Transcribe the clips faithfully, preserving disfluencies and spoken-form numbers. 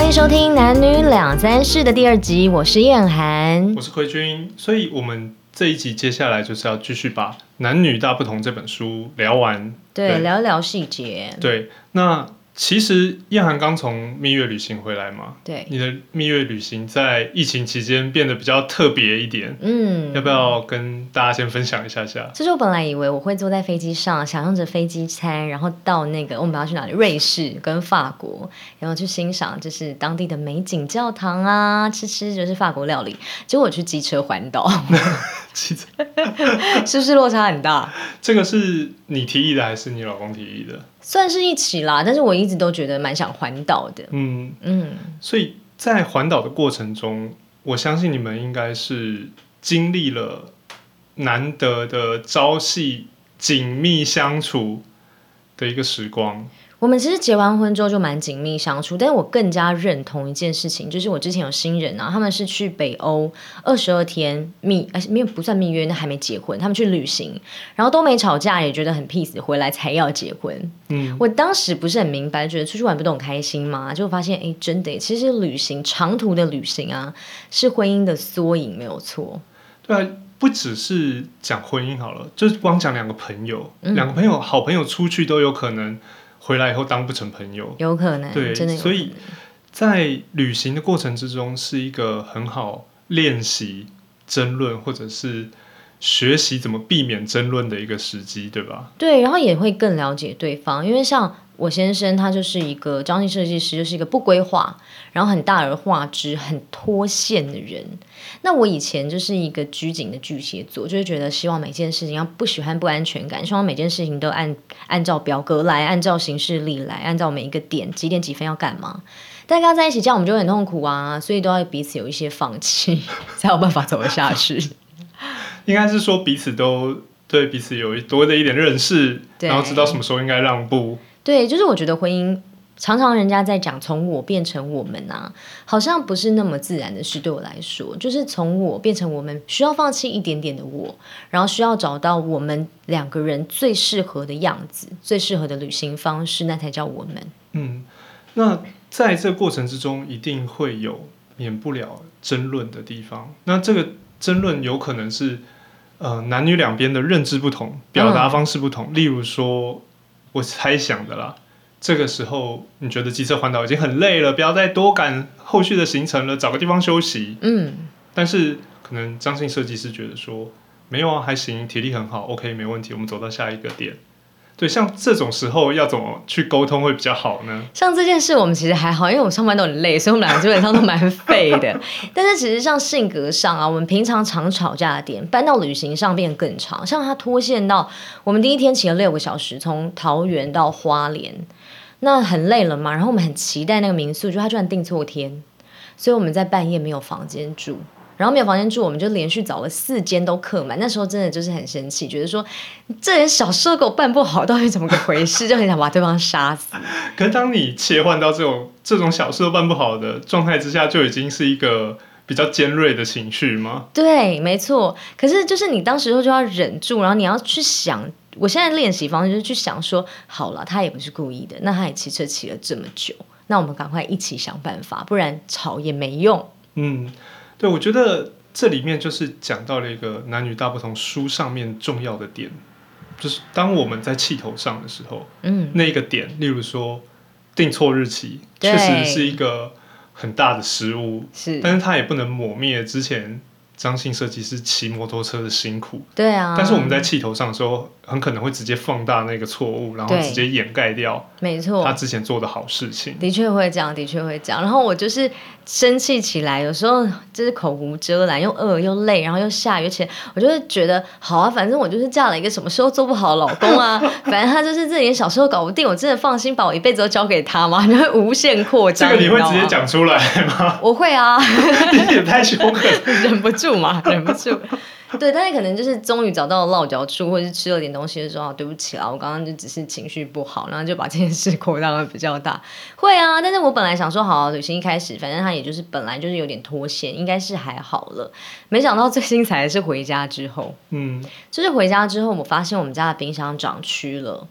迎收听《男女两三事》的第二集，我是燕涵， 我是奎君。所以我们这一集接下来就是要继续把《男女大不同》这本书聊完， 对，对聊一聊细节。 对，那其实燕涵刚从蜜月旅行回来嘛， 对， 你的蜜月旅行在疫情期间变得比较特别一点，嗯，要不要跟大家先分享一下下？ 其实我本来以为我会坐在飞机上，享用着飞机餐，然后到那个我们要去哪里？瑞士跟法国，然后去欣赏就是当地的美景教堂啊，吃吃就是法国料理。结果我去机车环岛， 机车是不是落差很大？ 这个是你提议的还是你老公提议的？ 算是一起啦，但是我一直都觉得蛮想环岛的。 嗯嗯，所以在环岛的过程中，我相信你们应该是经历了难得的朝夕紧密相处的一个时光。 我们其实结完婚之后就蛮紧密相处，但是我更加认同一件事情，就是我之前有新人啊，他们是去北欧二十二天蜜，哎，没有不算蜜月，那还没结婚，他们去旅行，然后都没吵架，也觉得很 peace， 回来才要结婚。嗯，我当时不是很明白，觉得出去玩不都很开心吗？就发现，哎，真的，其实旅行长途的旅行啊，是婚姻的缩影，没有错。 对啊。不只是讲婚姻好了，就是光讲两个朋友，嗯、两个朋友好朋友出去都有可能回来以后当不成朋友， 有可能， 对， 真的有可能。 所以在旅行的过程之中，是一个很好练习争论或者是学习怎么避免争论的一个时机，对吧？ 对，然后也会更了解对方，因为像我先生他就是一个张系设计师，就是一个不规划，然后很大而化之、很脱线的人。那我以前就是一个拘谨的巨蟹座，就是觉得希望每件事情要不喜欢不安全感，希望每件事情都按按照表格来，按照行事历来，按照每一个点几点几分要干嘛。但跟他在一起这样我们就很痛苦啊，所以都要彼此有一些放弃，才有办法走得下去。 应该是说彼此都对彼此有多的一点认识，然后知道什么时候应该让步。对， 就是我觉得婚姻常常人家在讲从我变成我们啊，好像不是那么自然的事。对我来说，就是从我变成我们，需要放弃一点点的我，然后需要找到我们两个人最适合的样子，最适合的旅行方式，那才叫我们。 嗯，那在这个过程之中，一定会有免不了争论的地方。那这个争论有可能是呃男女两边的认知不同，表达方式不同。嗯、例如说，我猜想的啦。这个时候你觉得机车环岛已经很累了，不要再多赶后续的行程了，找个地方休息。嗯，但是可能张信设计师觉得说没有啊，还行，体力很好 ，OK， 没问题，我们走到下一个点。对，像这种时候要怎么去沟通会比较好呢？ 像这件事我们其实还好，因为我们上班都很累，所以我们两个基本上都蛮废的。但是其实像性格上啊，我们平常常吵架的点搬到旅行上变得更长，像他脱线到我们第一天骑了六个小时，从桃园到花莲，那很累了嘛，然后我们很期待那个民宿，就他居然订错天，所以我们在半夜没有房间住。然后没有房间住，我们就连续找了四间都客满。那时候真的就是很生气，觉得说这点小事都给我办不好，到底怎么个回事？就很想把对方杀死。 可是当你切换到这种这种小事都办不好的状态之下，就已经是一个比较尖锐的情绪吗？ 对，没错。可是就是你当时就要忍住，然后你要去想。我现在练习方式就是去想说，好了，他也不是故意的，那他也骑车骑了这么久，那我们赶快一起想办法，不然吵也没用。 嗯。对，我觉得这里面就是讲到了一个男女大不同书上面重要的点，就是当我们在气头上的时候，嗯，那个点，例如说定错日期，确实是一个很大的失误，是，但是它也不能抹灭之前张信设计师骑摩托车的辛苦， 对啊， 但是我们在气头上的时候，很可能会直接放大那个错误，然后直接掩盖掉，没错，他之前做的好事情， 的确会这样，的确会这样。然后我就是生气起来，有时候就是口无遮拦，又饿又累，然后又下雨，而且我就会觉得，好啊，反正我就是嫁了一个什么事都做不好的老公啊，反正他就是这点小事都搞不定，我真的放心把我一辈子都交给他吗？你会无限扩张， 这个你会直接讲出来吗？ 我会啊， 你也太凶狠， 忍不住嘛，忍不住。对，但是可能就是终于找到了落脚处，或者是吃了点东西的时候，对不起啦，我刚刚就只是情绪不好，然后就把这件事扩大的比较大。会啊，但是我本来想说，好，旅行一开始，反正他也就是本来就是有点脱线，应该是还好了。没想到最精彩的是回家之后，嗯，就是回家之后，我发现我们家的冰箱长蛆了。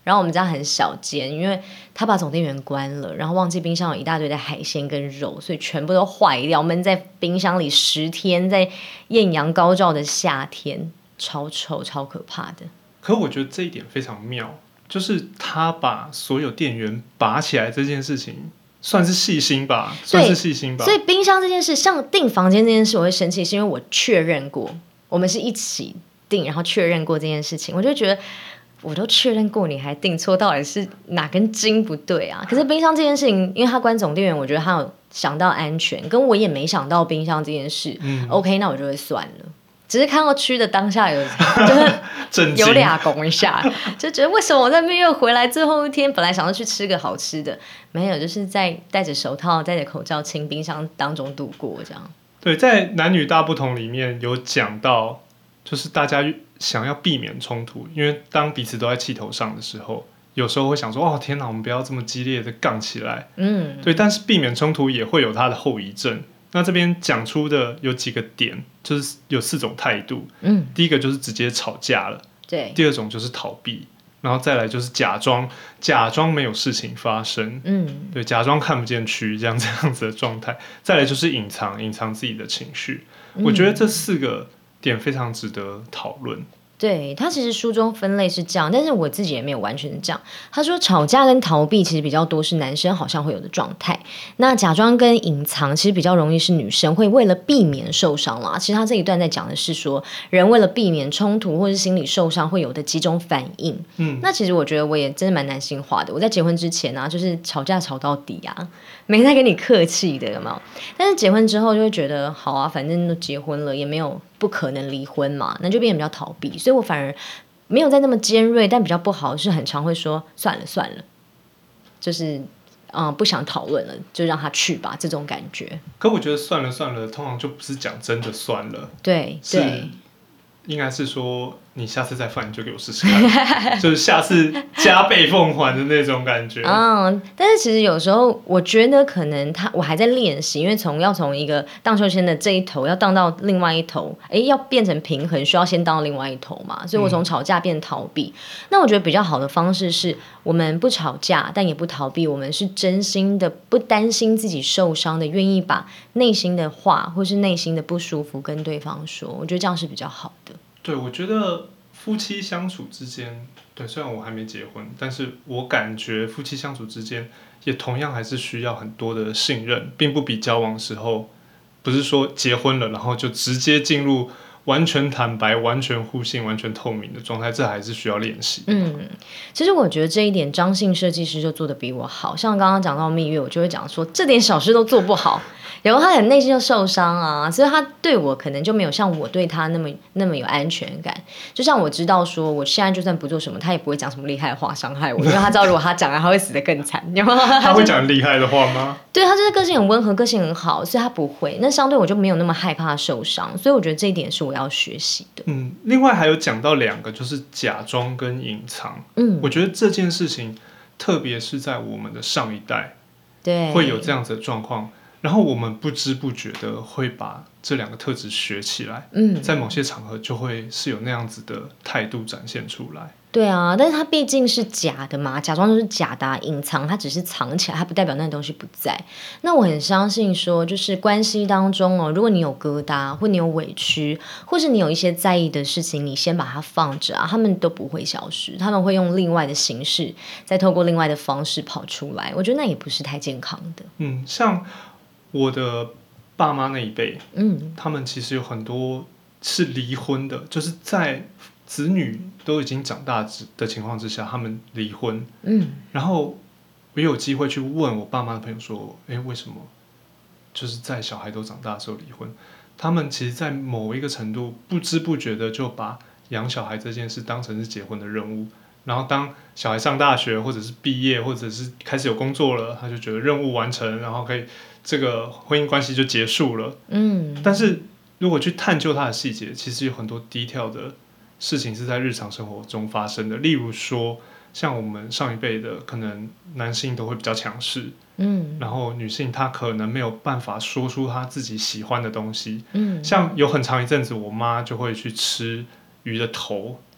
然后我们家很小间，因为他把总电源关了，然后忘记冰箱有一大堆的海鲜跟肉，所以全部都坏掉，闷在冰箱里十天，在艳阳高照的夏天，超臭超可怕的。 可我觉得这一点非常妙，就是他把所有电源拔起来这件事情算是细心吧，算是细心吧。 所以冰箱这件事，像订房间这件事，我会生气，是因为我确认过，我们是一起订，然后确认过这件事情，我就觉得我都确认过，你还订错，到底是哪根筋不对啊？可是冰箱这件事情，因为他关总电源，我觉得他有想到安全，跟我也没想到冰箱这件事。嗯、OK， 那我就会算了。只是看到蛆的当下有，就是有俩拱一下，就觉得为什么我在蜜月回来最后一天，本来想要去吃个好吃的，没有，就是在戴着手套、戴着口罩清冰箱当中度过这样。 对，在男女大不同里面有讲到，就是大家想要避免冲突，因为当彼此都在气头上的时候，有时候会想说，哦天哪，我们不要这么激烈的杠起来。嗯，对，但是避免冲突也会有它的后遗症。那这边讲出的有几个点，就是有四种态度。嗯，第一个就是直接吵架了， 对。 第二种就是逃避，然后再来就是假装假装没有事情发生。嗯，对，假装看不见蛆这样这样子的状态。再来就是隐藏隐藏自己的情绪。嗯，我觉得这四个点非常值得讨论。 对，他其实书中分类是这样，但是我自己也没有完全这样。他说吵架跟逃避其实比较多是男生好像会有的状态，那假装跟隐藏其实比较容易是女生会为了避免受伤啦。其实他这一段在讲的是说，人为了避免冲突或是心理受伤会有的几种反应。嗯，那其实我觉得我也真的蛮男性化的。我在结婚之前啊，就是吵架吵到底啊，没在跟你客气的，有没有？但是结婚之后就会觉得，好啊，反正都结婚了，也没有不可能离婚嘛，那就变得比较逃避。所以我反而没有再那么尖锐，但比较不好是很常会说算了算了，就是嗯不想讨论了，就让他去吧，这种感觉。 可我觉得算了算了，通常就不是讲真的算了， 对对， 应该是说你下次再犯你就给我试试看，就是下次加倍奉还的那种感觉。 嗯，但是其实有时候我觉得可能他我还在练习，因为从要从一个荡秋千的这一头要荡到另外一头，哎，要变成平衡，需要先荡到另外一头嘛，所以我从吵架变逃避。嗯，那我觉得比较好的方式是我们不吵架，但也不逃避，我们是真心的，不担心自己受伤的，愿意把内心的话或是内心的不舒服跟对方说，我觉得这样是比较好的。 对，我觉得夫妻相处之间，对，虽然我还没结婚，但是我感觉夫妻相处之间也同样还是需要很多的信任，并不比交往时候，不是说结婚了然后就直接进入完全坦白、完全互信、完全透明的状态，这还是需要练习。 嗯，其实我觉得这一点张姓设计师就做得比我好，像刚刚讲到蜜月，我就会讲说这点小事都做不好。然后他很内心就受伤啊，所以他对我可能就没有像我对他那么那么有安全感。就像我知道说，我现在就算不做什么，他也不会讲什么厉害的话伤害我，因为他知道如果他讲了，他会死得更惨。 他会讲厉害的话吗？ 对，他就是个性很温和，个性很好，所以他不会。那相对我就没有那么害怕受伤，所以我觉得这一点是我要学习的。 嗯，另外还有讲到两个，就是假装跟隐藏。嗯，我觉得这件事情，特别是在我们的上一代， 对， 会有这样子的状况。然后我们不知不觉的会把这两个特质学起来，嗯，在某些场合就会是有那样子的态度展现出来。 对啊，但是它毕竟是假的嘛，假装就是假的、啊，隐藏它只是藏起来，它不代表那个东西不在。那我很相信说，就是关系当中哦，如果你有疙瘩，或你有委屈，或是你有一些在意的事情，你先把它放着啊，他们都不会消失，他们会用另外的形式，再透过另外的方式跑出来。我觉得那也不是太健康的。 嗯，像我的爸妈那一辈，嗯，他们其实有很多是离婚的，就是在子女都已经长大的情况之下，他们离婚。嗯，然后我有机会去问我爸妈的朋友说，哎，为什么就是在小孩都长大的时候离婚？他们其实，在某一个程度不知不觉的就把养小孩这件事当成是结婚的任务。然后当小孩上大学，或者是毕业，或者是开始有工作了，他就觉得任务完成，然后可以这个婚姻关系就结束了。嗯，但是如果去探究它的细节，其实有很多detail的事情是在日常生活中发生的。例如说，像我们上一辈的，可能男性都会比较强势，嗯，然后女性她可能没有办法说出她自己喜欢的东西，嗯，像有很长一阵子，我妈就会去吃鱼的头，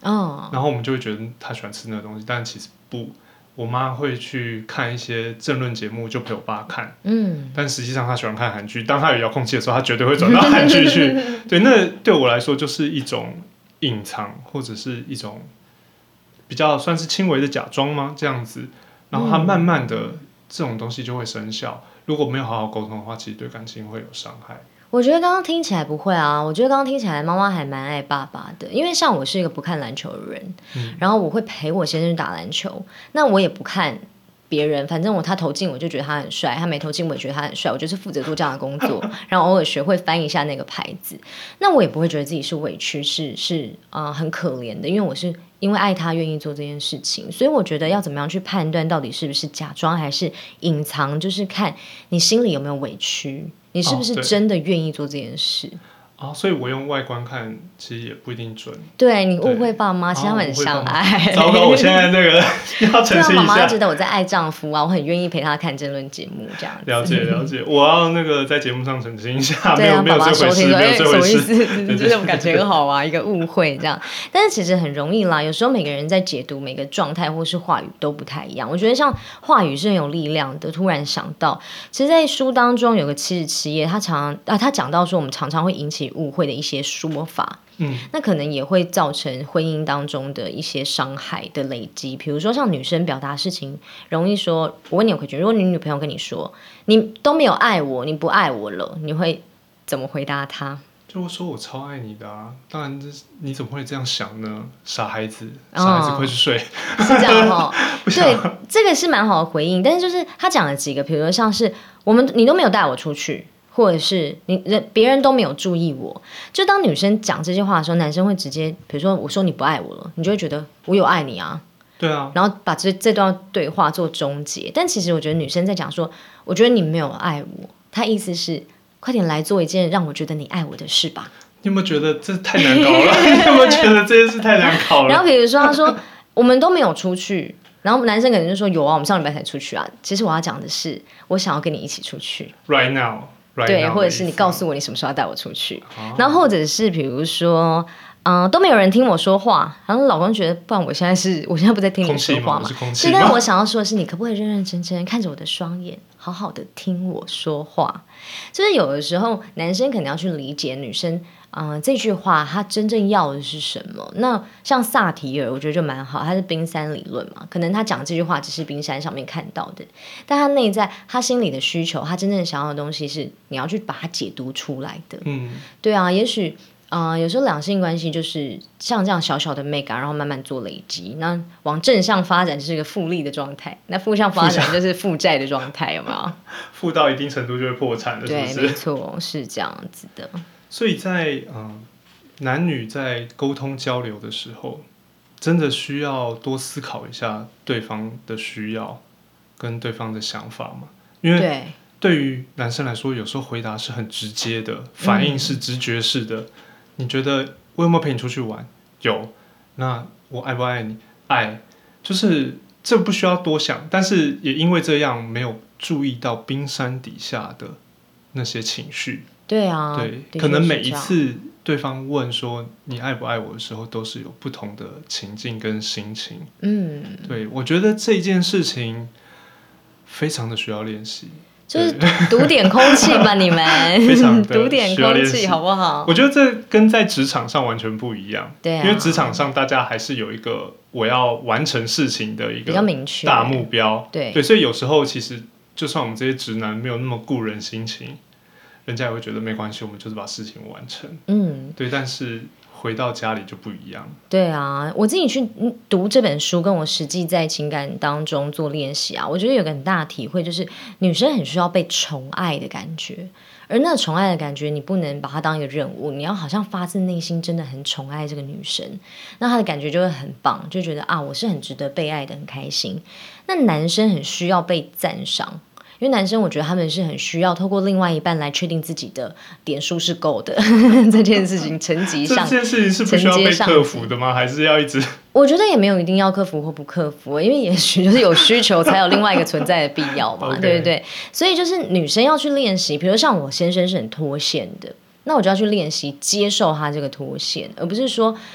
哦， 然后我们就会觉得他喜欢吃那个东西，但其实不。我妈会去看一些政论节目，就陪我爸看。嗯，但实际上他喜欢看韩剧。当他有遥控器的时候，他绝对会转到韩剧去。对，那对我来说就是一种隐藏，或者是一种比较算是轻微的假装吗？这样子，然后他慢慢的、嗯、这种东西就会生效。如果没有好好沟通的话，其实对感情会有伤害。 我觉得刚刚听起来不会啊，我觉得刚刚听起来妈妈还蛮爱爸爸的，因为像我是一个不看篮球的人，嗯、然后我会陪我先生打篮球，那我也不看别人，反正我他投进我就觉得他很帅，他没投进我也觉得他很帅，我就是负责做这样的工作，然后偶尔学会翻一下那个牌子，那我也不会觉得自己是委屈，是是啊、呃、很可怜的，因为我是因为爱他愿意做这件事情，所以我觉得要怎么样去判断到底是不是假装还是隐藏，就是看你心里有没有委屈，你是不是真的愿意做这件事。 哦，所以我用外观看其实也不一定准。 对，你误会爸妈，其实他们很相爱。 糟糕，我现在那个要澄清一下。 妈妈觉得我在爱丈夫啊，我很愿意陪他看争论节目这样子。 了解了解，我要那个在节目上澄清一下， 对啊， 没有爸爸收听说，哎，什么意思？ 对这种感觉很好啊，一个误会这样。但是其实很容易啦，有时候每个人在解读每个状态或是话语都不太一样。我觉得像话语是很有力量的。突然想到，其实，在书当中有个七十七页，他常啊，他讲到说，我们常常会引起误会的一些说法，嗯，那可能也会造成婚姻当中的一些伤害的累积。比如说像女生表达事情容易说，我问你有回去，如果你女朋友跟你说你都没有爱我，你不爱我了，你会怎么回答她？ 就说我超爱你的啊，当然这你怎么会这样想呢？傻孩子，傻孩子快去睡， 哦、是这样哦。对，这个是蛮好的回应，但是就是他讲了几个，比如说像是我们你都没有带我出去。或者是你别人都没有注意我，就当女生讲这些话的时候，男生会直接，比如说我说你不爱我了，你就会觉得我有爱你啊， 对啊， 然后把这这段对话做终结。但其实我觉得女生在讲说，我觉得你没有爱我，她意思是快点来做一件让我觉得你爱我的事吧。 你有没有觉得这太难搞了？你有没有觉得这件事太难搞了？ 然后比如说他说我们都没有出去。然后男生可能就说有啊，我们上礼拜才出去啊。其实我要讲的是，我想要跟你一起出去。 Right now。Right、 对，或者是你告诉我你什么时候要带我出去，哦、然后或者是比如说，嗯、呃，都没有人听我说话，然后老公觉得，不然我现在是，我现在不在听你说话嘛？ 是， 但是我想要说的是，你可不可以认认真真看着我的双眼，好好的听我说话？就是有的时候，男生可能要去理解女生。嗯、呃，这句话他真正要的是什么？那像萨提尔，我觉得就蛮好，他是冰山理论嘛，可能他讲这句话只是冰山上面看到的，但他内在他心里的需求，他真正想要的东西是你要去把它解读出来的。嗯，对啊，也许啊、呃，有时候两性关系就是像这样小小的 mega， 然后慢慢做累积，那往正向发展是一个复利的状态，那负向发展就是负债的状态，有没有？ 负到一定程度就会破产了，是不是？ 对，没错，是这样子的。 所以在、呃、男女在沟通交流的时候，真的需要多思考一下对方的需要跟对方的想法嘛？因为对于男生来说，有时候回答是很直接的，反应是直觉式的。嗯、你觉得我有没有陪你出去玩？有。那我爱不爱你？爱。就是这不需要多想，但是也因为这样没有注意到冰山底下的那些情绪。 对啊， 对，可能每一次对方问说你爱不爱我的时候，都是有不同的情境跟心情。嗯，对，我觉得这件事情非常的需要练习， 就是读点空气吧，你们非常的读点空气好不好？ 我觉得这跟在职场上完全不一样， 对啊， 因为职场上大家还是有一个我要完成事情的一个比较明确大目标， 对对，所以有时候其实就算我们这些直男没有那么顾人心情。人家也会觉得没关系，我们就是把事情完成。嗯，对，但是回到家里就不一样。 对啊，我自己去读这本书，跟我实际在情感当中做练习啊，我觉得有个很大的体会，就是女生很需要被宠爱的感觉，而那宠爱的感觉，你不能把它当一个任务，你要好像发自内心真的很宠爱这个女生，那她的感觉就会很棒，就觉得啊，我是很值得被爱的，很开心。那男生很需要被赞赏。因为男生我觉得他们是很需要透过另外一半来确定自己的点数是够的这件事情层级上， 这件事情是不需要被克服的吗？还是要一直？ 我觉得也没有一定要克服或不克服，因为也许就是有需求才有另外一个存在的必要嘛， okay. 对不对？所以就是女生要去练习，比如像我先生是很脱线的，那我就要去练习接受他这个脱线，而不是说。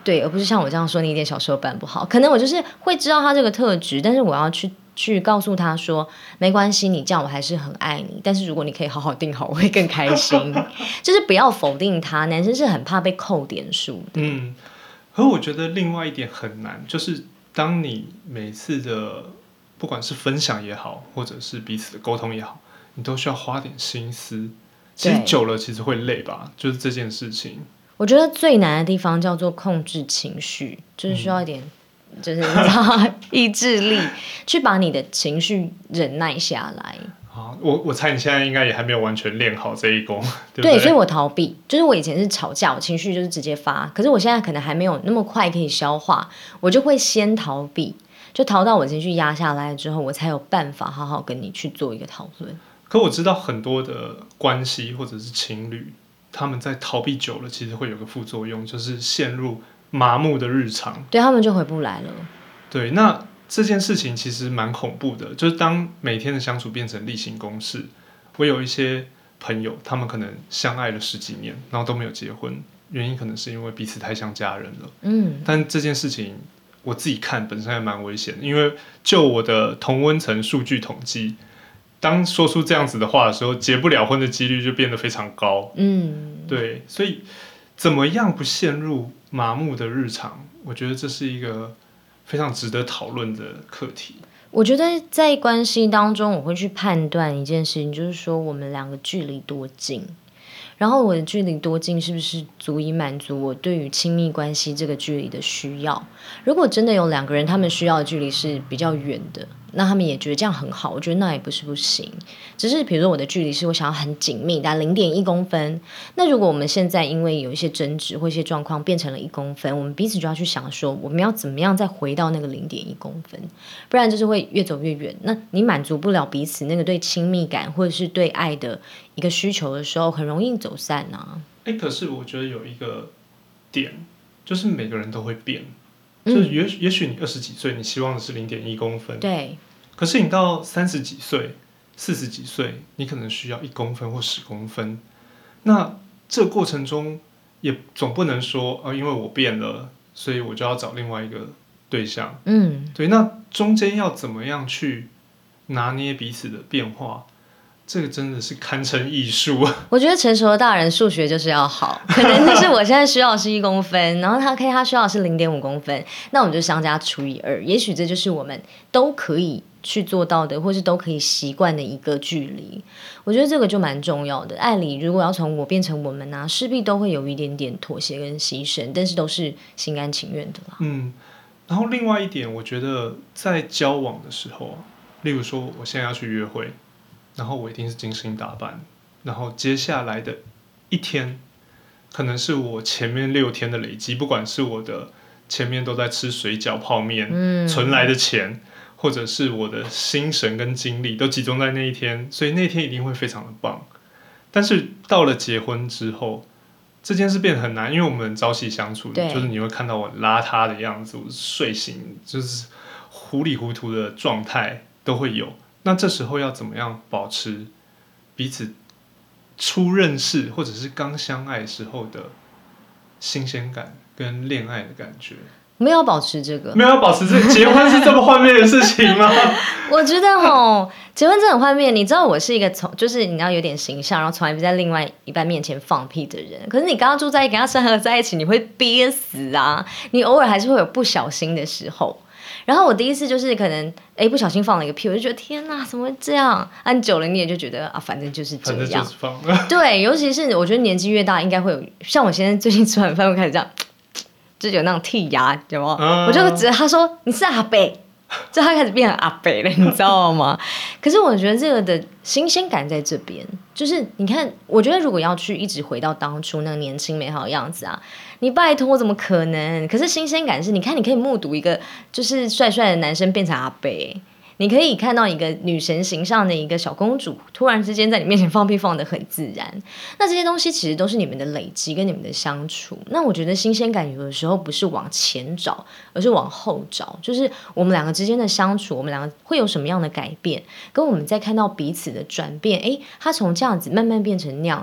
对，而不是像我这样说你一点小时候办不好。可能我就是会知道他这个特质，但是我要去去告诉他说，没关系，你这样我还是很爱你。但是如果你可以好好定好，我会更开心。就是不要否定他，男生是很怕被扣点数的。 嗯，可我觉得另外一点很难，就是当你每次的不管是分享也好，或者是彼此的沟通也好，你都需要花点心思。其实久了其实会累吧，就是这件事情。 我觉得最难的地方叫做控制情绪，就是需要一点。嗯就是你知道意志力去把你的情绪忍耐下来。 好，我我猜你现在应该也还没有完全练好这一功，对不对？对，所以我逃避。就是我以前是吵架，我情绪就是直接发，可是我现在可能还没有那么快可以消化，我就会先逃避，就逃到我情绪压下来之后，我才有办法好好跟你去做一个讨论。 可我知道很多的关系或者是情侣，他们在逃避久了，其实会有个副作用，就是陷入麻木的日常， 对，他们就回不来了。 对，那这件事情其实蛮恐怖的，就是当每天的相处变成例行公事。我有一些朋友，他们可能相爱了十几年，然后都没有结婚，原因可能是因为彼此太像家人了。嗯，但这件事情我自己看本身还蛮危险的，因为就我的同温层数据统计，当说出这样子的话的时候，结不了婚的几率就变得非常高。嗯，对，所以怎么样不陷入麻木的日常，我觉得这是一个非常值得讨论的课题。 我觉得在关系当中，我会去判断一件事情，就是说我们两个距离多近，然后我的距离多近是不是足以满足我对于亲密关系这个距离的需要。如果真的有两个人他们需要的距离是比较远的，那他们也觉得这样很好，我觉得那也不是不行。只是比如说我的距离是我想要很紧密，但零点一公分，那如果我们现在因为有一些争执或一些状况变成了一公分，我们彼此就要去想说我们要怎么样再回到那个零点一公分，不然就是会越走越远。那你满足不了彼此那个对亲密感或者是对爱的一个需求的时候，很容易走散啊。 欸，可是我觉得有一个点，就是每个人都会变。就是也许也许你二十几岁，你希望的是零点一公分， 对。 可是你到三十几岁、四十几岁，你可能需要一公分或十公分。那这个过程中，也总不能说，呃，因为我变了，所以我就要找另外一个对象。嗯，对。那中间要怎么样去拿捏彼此的变化？这个真的是堪称艺术。 我觉得成熟的大人数学就是要好，可能就是我现在需要的是一公分，然后他可以他需要的是零点五公分，那我们就相加除以二，也许这就是我们都可以去做到的，或是都可以习惯的一个距离。我觉得这个就蛮重要的。爱里如果要从我变成我们啊，势必都会有一点点妥协跟牺牲，但是都是心甘情愿的啦。 嗯，然后另外一点，我觉得在交往的时候，例如说我现在要去约会。然后我一定是精心打扮，然后接下来的一天，可能是我前面六天的累积，不管是我的前面都在吃水饺、泡面，嗯，存来的钱，或者是我的心神跟精力都集中在那一天，所以那天一定会非常的棒。但是到了结婚之后，这件事变得很难，因为我们朝夕相处，就是你会看到我邋遢的样子，我睡醒就是糊里糊涂的状态都会有。那这时候要怎么样保持彼此初认识或者是刚相爱时候的新鲜感跟恋爱的感觉？ 没有保持这个， 没有保持这个，结婚是这么幻灭的事情吗？ 我觉得吼，结婚真的很幻灭。你知道我是一个从就是你要有点形象，然后从来不在另外一半面前放屁的人。可是你刚刚住在跟他生活在一起，你会憋死啊！你偶尔还是会有不小心的时候。然后我第一次就是可能哎不小心放了一个屁，我就觉得天哪，怎么会这样？按久了你也就觉得啊，反正就是这样。对，尤其是我觉得年纪越大，应该会有像我现在最近吃完饭会开始这样，就有那种剔牙，有没有？嗯、我就觉得他说你是阿伯，就他开始变成阿伯了，你知道吗？可是我觉得这个的新鲜感在这边，就是你看，我觉得如果要去一直回到当初那个年轻美好的样子啊。你拜托怎么可能？可是新鲜感是，你看你可以目睹一个就是帅帅的男生变成阿伯，你可以看到一个女神形象的一个小公主突然之间在你面前放屁放得很自然。那这些东西其实都是你们的累积跟你们的相处。那我觉得新鲜感有的时候不是往前找，而是往后找，就是我们两个之间的相处，我们两个会有什么样的改变，跟我们在看到彼此的转变，诶，他从这样子慢慢变成那样子，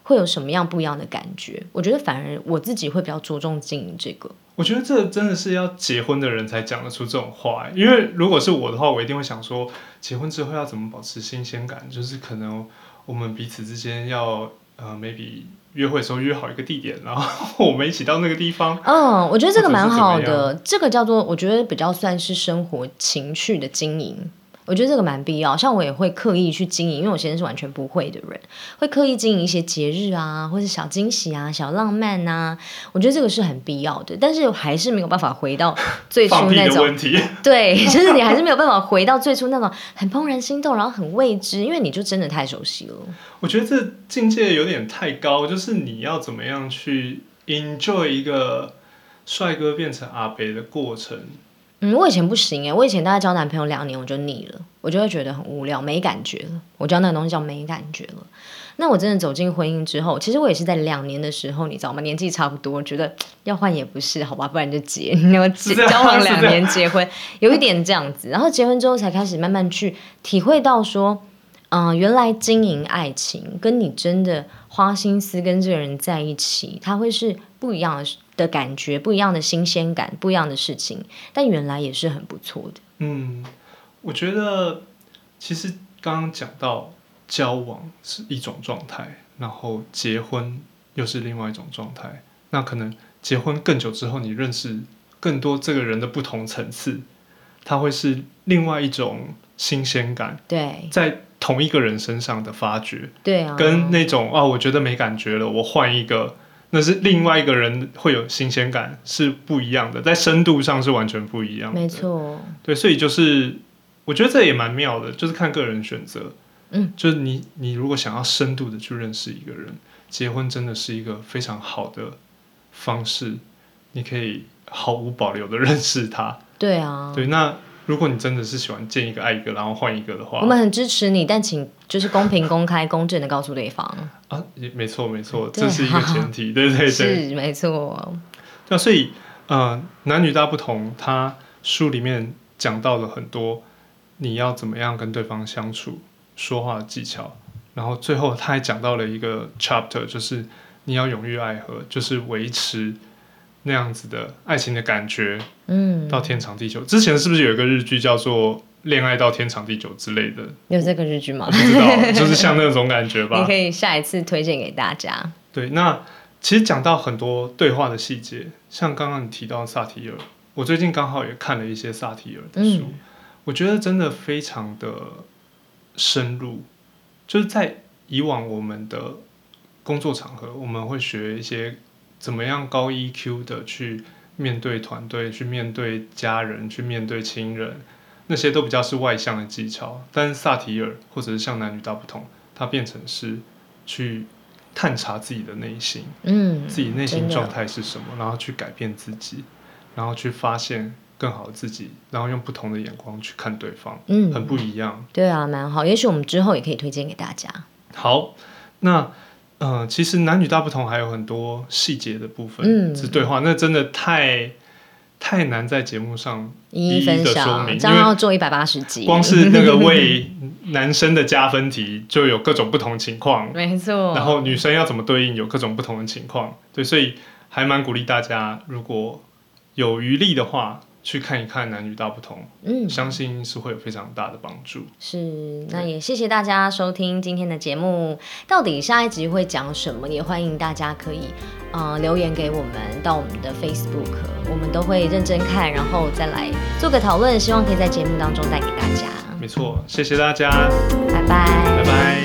会有什么样不一样的感觉？我觉得反而我自己会比较着重经营这个。 我觉得这真的是要结婚的人才讲得出这种话，因为如果是我的话，我一定会想说，结婚之后要怎么保持新鲜感？就是可能我们彼此之间要呃 maybe 约会的时候约好一个地点，然后我们一起到那个地方。 嗯，我觉得这个蛮好的，这个叫做我觉得比较算是生活情趣的经营。我觉得这个蛮必要，像我也会刻意去经营，因为我先生是完全不会的人，会刻意经营一些节日啊，或是小惊喜啊、小浪漫啊，我觉得这个是很必要的。但是还是没有办法回到最初那种问题， 对，就是你还是没有办法回到最初那种很怦然心动，然后很未知，因为你就真的太熟悉了。 我觉得这境界有点太高，就是你要怎么样去 enjoy 一个帅哥变成阿北的过程。 嗯，我以前不行耶，我以前大概交男朋友两年我就腻了，我就会觉得很无聊，没感觉了。我知道那个东西叫没感觉了。那我真的走进婚姻之后，其实我也是在两年的时候，你知道吗？年纪差不多，觉得要换也不是，好吧，不然就结，然后交往两年结婚，有一点这样子。然后结婚之后才开始慢慢去体会到说，嗯、呃，原来经营爱情跟你真的花心思跟这个人在一起，它会是不一样的。的感觉不一样的新鲜感，不一样的事情，但原来也是很不错的。 嗯，我觉得其实刚刚讲到交往是一种状态，然后结婚又是另外一种状态。那可能结婚更久之后，你认识更多这个人的不同层次，它会是另外一种新鲜感。 对， 在同一个人身上的发掘， 对啊， 跟那种啊，我觉得没感觉了，我换一个。那是另外一个人会有新鲜感，是不一样的，在深度上是完全不一样的。 没错， 对，所以就是我觉得这也蛮妙的，就是看个人选择。嗯，就是你你如果想要深度的去认识一个人，结婚真的是一个非常好的方式，你可以毫无保留的认识他。 对啊， 对，那如果你真的是喜欢见一个爱一个，然后换一个的话， 我们很支持你，但请就是公平、公开、公正的告诉对方啊，没错没错，这是一个前提，对对对， 是没错。 那所以呃，男女大不同，他书里面讲到了很多你要怎么样跟对方相处、说话的技巧，然后最后他还讲到了一个 chapter， 就是你要永浴爱河，就是维持那样子的爱情的感觉，嗯，到天长地久。之前是不是有一个日剧叫做《恋爱到天长地久》之类的？ 有这个日剧吗？ 我不知道，就是像那种感觉吧。 你可以下一次推荐给大家。 对，那其实讲到很多对话的细节，像刚刚你提到萨提尔，我最近刚好也看了一些萨提尔的书，嗯、我觉得真的非常的深入。就是在以往我们的工作场合，我们会学一些怎么样高 E Q 的去面对团队，去面对家人，去面对亲人，那些都比较是外向的技巧。但是萨提尔或者是像男女大不同，它变成是去探查自己的内心，嗯，自己内心状态是什么，然后去改变自己，然后去发现更好的自己，然后用不同的眼光去看对方，嗯，很不一样。 对啊，蛮好。也许我们之后也可以推荐给大家。 好，那。呃，其实男女大不同还有很多细节的部分，嗯，是对话，那真的太太难在节目上一一的说明， 这样要做一百八十集， 光是那个为男生的加分题就有各种不同情况， 没错， 然后女生要怎么对应有各种不同的情况，对，所以还蛮鼓励大家，如果有余力的话，去看一看男女大不同，嗯，相信是会有非常大的帮助。 是，那也谢谢大家收听今天的节目。到底下一集会讲什么？也欢迎大家可以呃留言给我们，到我们的 Facebook， 我们都会认真看，然后再来做个讨论，希望可以在节目当中带给大家。 没错，谢谢大家， 拜拜， 拜拜。